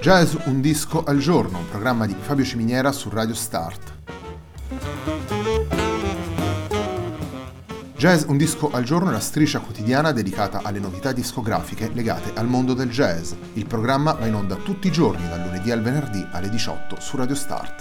Jazz un disco al giorno, un programma di Fabio Ciminiera su Radio Start. Jazz un disco al giorno è la striscia quotidiana dedicata alle novità discografiche legate al mondo del jazz. Il programma va in onda tutti i giorni, dal lunedì al venerdì alle 18 su Radio Start.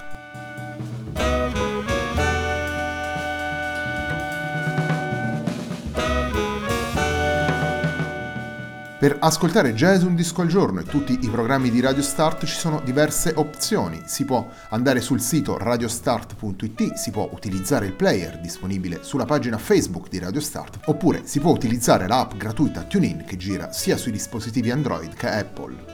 Per ascoltare Jazz un disco al giorno e tutti i programmi di Radio Start ci sono diverse opzioni. Si può andare sul sito radiostart.it, si può utilizzare il player disponibile sulla pagina Facebook di Radio Start, oppure si può utilizzare l'app gratuita TuneIn che gira sia sui dispositivi Android che Apple.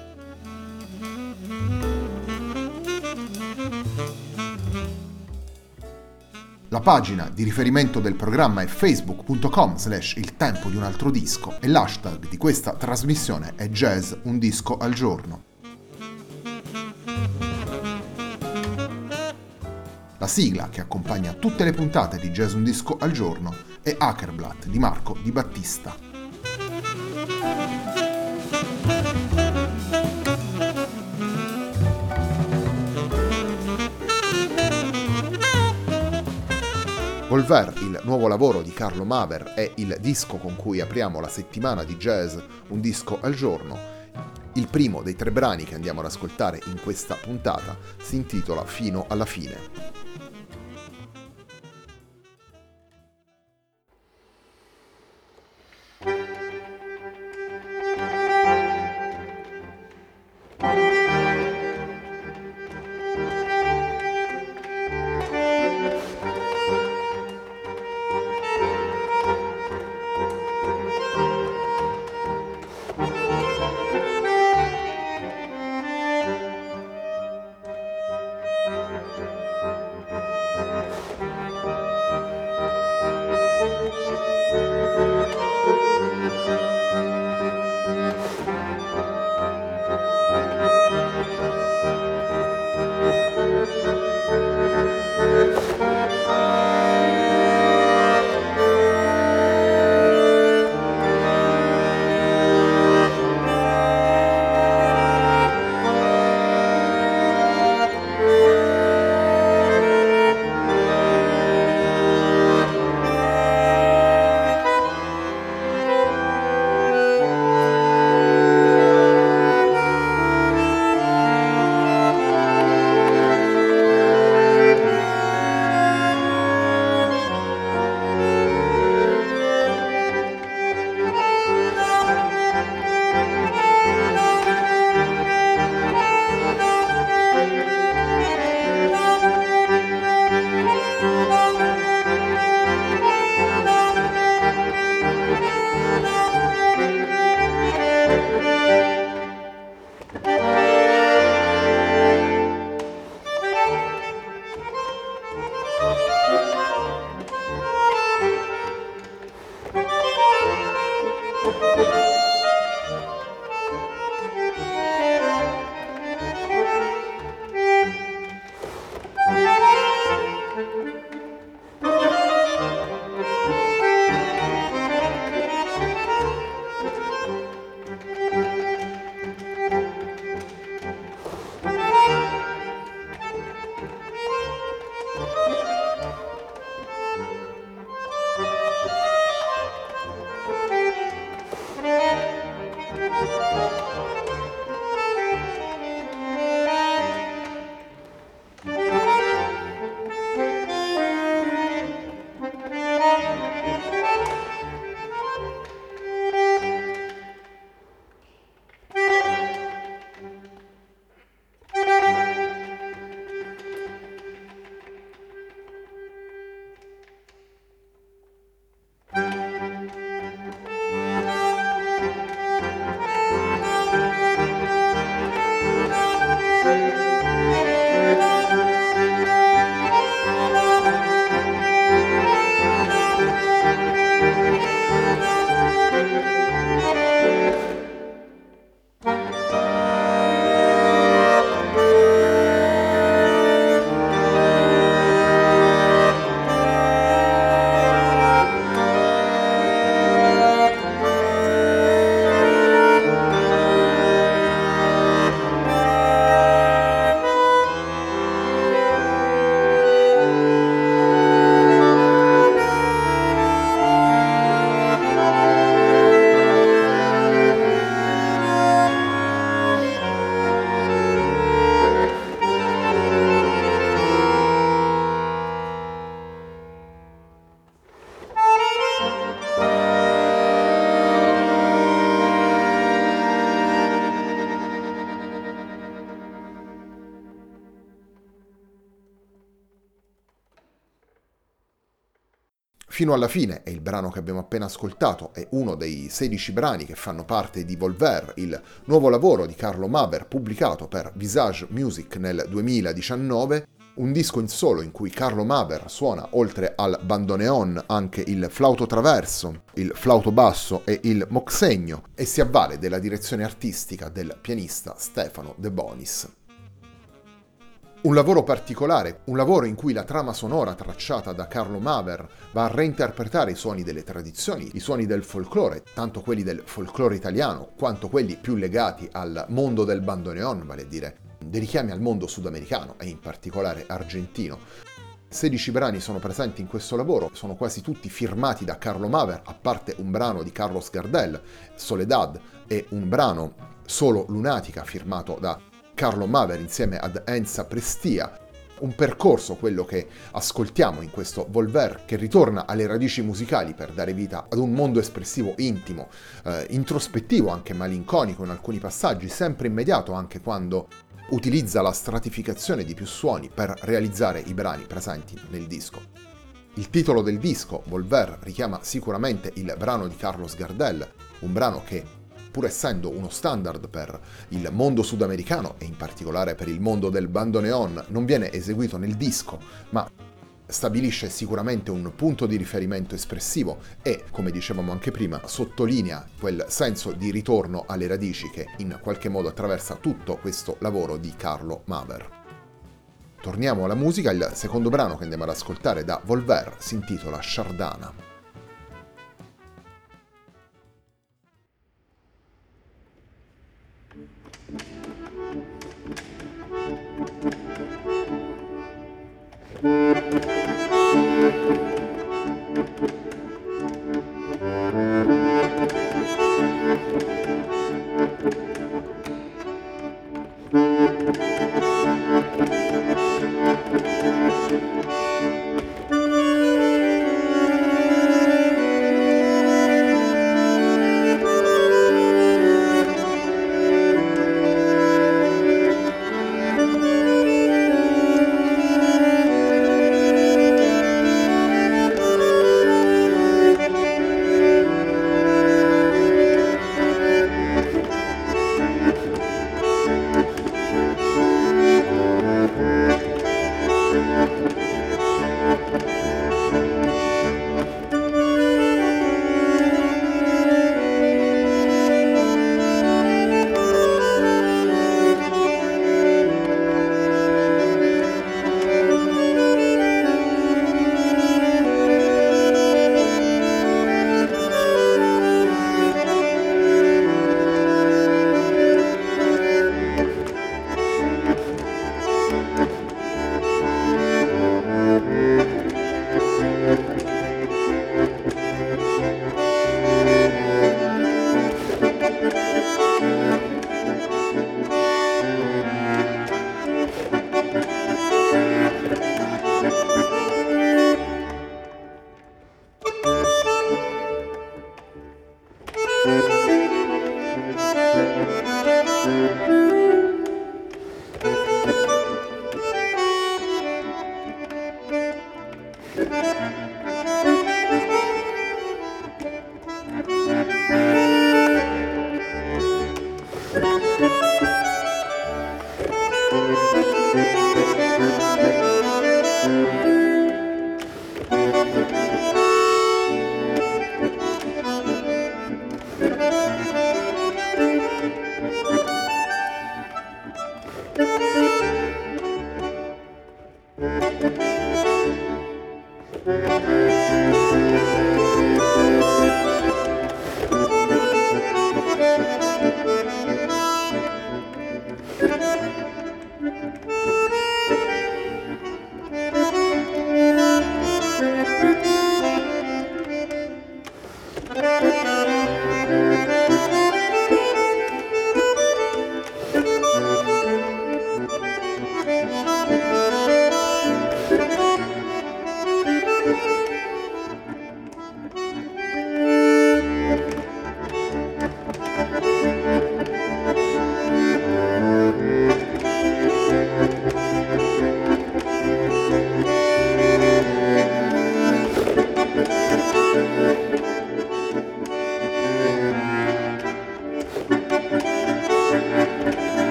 La pagina di riferimento del programma è facebook.com/il tempo di un altro disco e l'hashtag di questa trasmissione è Jazz un disco al giorno. La sigla che accompagna tutte le puntate di Jazz un disco al giorno è Akerblatt di Marco Di Battista. Volver, il nuovo lavoro di Carlo Maver, è il disco con cui apriamo la settimana di Jazz un disco al giorno. Il primo dei 3 brani che andiamo ad ascoltare in questa puntata si intitola Fino alla fine. Fino alla fine è il brano che abbiamo appena ascoltato, è uno dei 16 brani che fanno parte di Volver, il nuovo lavoro di Carlo Maver pubblicato per Visage Music nel 2019, un disco in solo in cui Carlo Maver suona oltre al bandoneon anche il flauto traverso, il flauto basso e il moxegno e si avvale della direzione artistica del pianista Stefano De Bonis. Un lavoro particolare, un lavoro in cui la trama sonora tracciata da Carlo Maver va a reinterpretare i suoni delle tradizioni, i suoni del folklore, tanto quelli del folklore italiano quanto quelli più legati al mondo del bandoneon, vale a dire dei richiami al mondo sudamericano e in particolare argentino. 16 brani sono presenti in questo lavoro, sono quasi tutti firmati da Carlo Maver, a parte un brano di Carlos Gardel, Soledad, e un brano Solo Lunatica firmato da Carlo Maver insieme ad Enza Prestia, un percorso quello che ascoltiamo in questo Volver che ritorna alle radici musicali per dare vita ad un mondo espressivo intimo, introspettivo, anche malinconico in alcuni passaggi, sempre immediato anche quando utilizza la stratificazione di più suoni per realizzare i brani presenti nel disco. Il titolo del disco, Volver, richiama sicuramente il brano di Carlos Gardel, un brano che pur essendo uno standard per il mondo sudamericano e in particolare per il mondo del bandoneon, non viene eseguito nel disco, ma stabilisce sicuramente un punto di riferimento espressivo e, come dicevamo anche prima, sottolinea quel senso di ritorno alle radici che in qualche modo attraversa tutto questo lavoro di Carlo Maver. Torniamo alla musica, il secondo brano che andiamo ad ascoltare da Volver si intitola Shardana.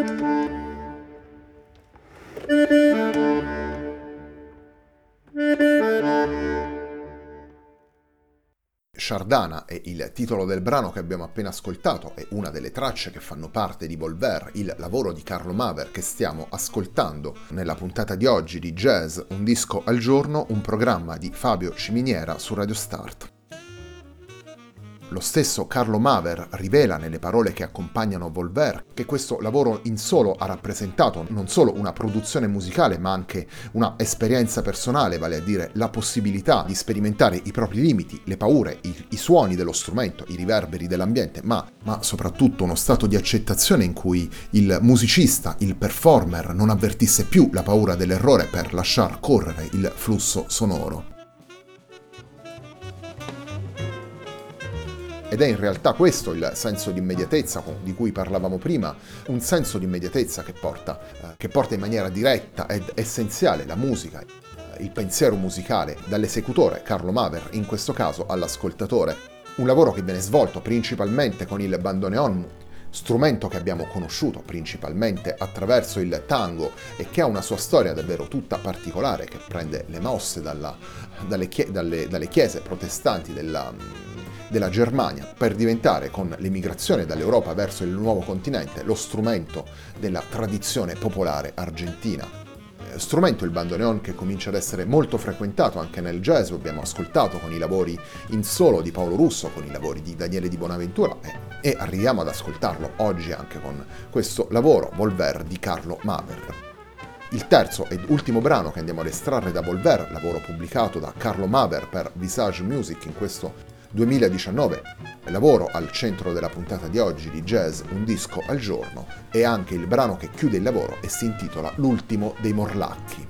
Shardana è il titolo del brano che abbiamo appena ascoltato, è una delle tracce che fanno parte di Volver, il lavoro di Carlo Maver che stiamo ascoltando nella puntata di oggi di Jazz Un disco al giorno, un programma di Fabio Ciminiera su Radio Start. Lo stesso Carlo Maver rivela nelle parole che accompagnano Volver che questo lavoro in solo ha rappresentato non solo una produzione musicale ma anche una esperienza personale, vale a dire la possibilità di sperimentare i propri limiti, le paure, i suoni dello strumento, i riverberi dell'ambiente, ma soprattutto uno stato di accettazione in cui il musicista, il performer non avvertisse più la paura dell'errore per lasciar correre il flusso sonoro. Ed è in realtà questo il senso di immediatezza di cui parlavamo prima, un senso di immediatezza che porta in maniera diretta ed essenziale la musica, il pensiero musicale dall'esecutore, Carlo Maver, in questo caso all'ascoltatore. Un lavoro che viene svolto principalmente con il bandoneon, strumento che abbiamo conosciuto principalmente attraverso il tango e che ha una sua storia davvero tutta particolare, che prende le mosse dalle chiese protestanti della Germania per diventare, con l'emigrazione dall'Europa verso il nuovo continente, lo strumento della tradizione popolare argentina. Strumento, il bandoneon, che comincia ad essere molto frequentato anche nel jazz. Lo abbiamo ascoltato con i lavori in solo di Paolo Russo, con i lavori di Daniele Di Bonaventura e arriviamo ad ascoltarlo oggi anche con questo lavoro, Volver, di Carlo Maver. Il terzo ed ultimo brano che andiamo ad estrarre da Volver, lavoro pubblicato da Carlo Maver per Visage Music in questo 2019, lavoro al centro della puntata di oggi di Jazz Un disco al giorno, è anche il brano che chiude il lavoro e si intitola L'ultimo dei Morlacchi.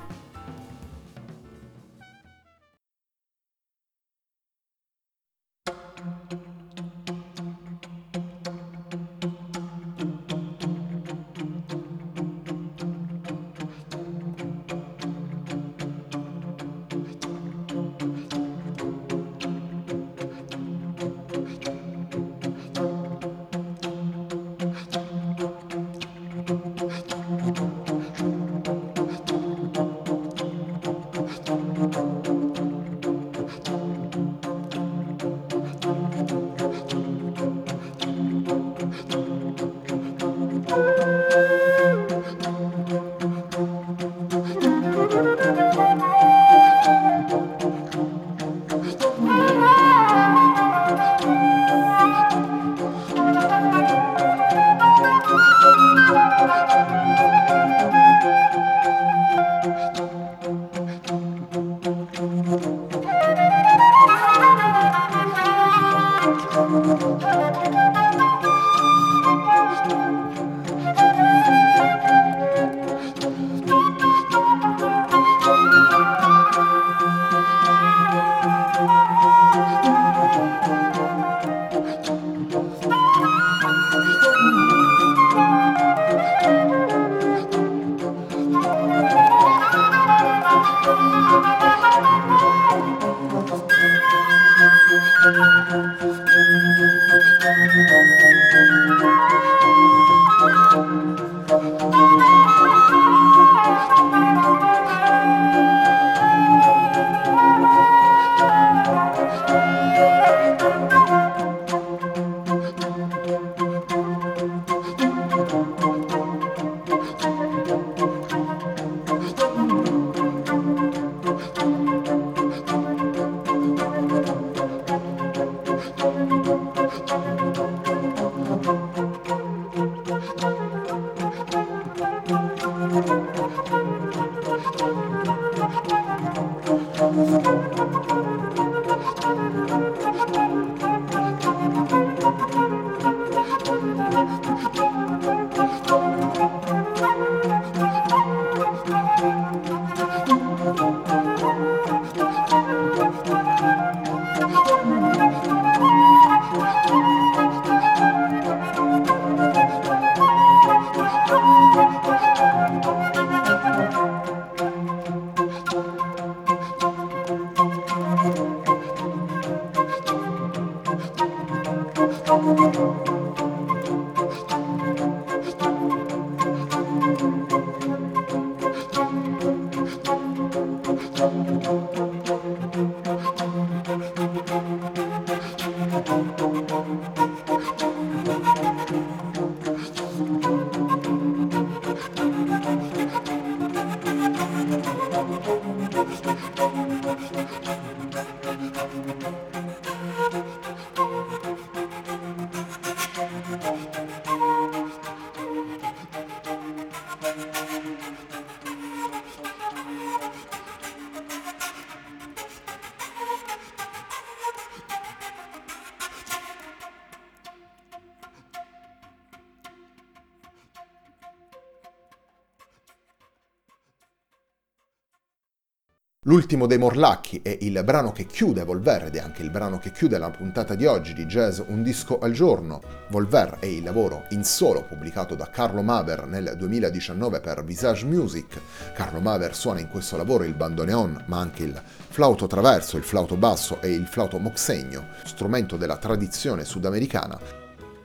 L'ultimo dei Morlacchi è il brano che chiude Volver ed è anche il brano che chiude la puntata di oggi di Jazz Un Disco al Giorno. Volver è il lavoro in solo pubblicato da Carlo Maver nel 2019 per Visage Music. Carlo Maver suona in questo lavoro il bandoneon, ma anche il flauto traverso, il flauto basso e il flauto moxegno, strumento della tradizione sudamericana.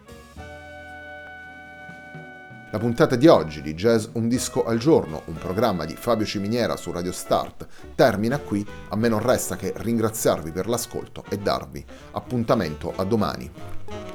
La puntata di oggi di Jazz Un Disco al Giorno, un programma di Fabio Ciminiera su Radio Start, termina qui. A me non resta che ringraziarvi per l'ascolto e darvi appuntamento a domani.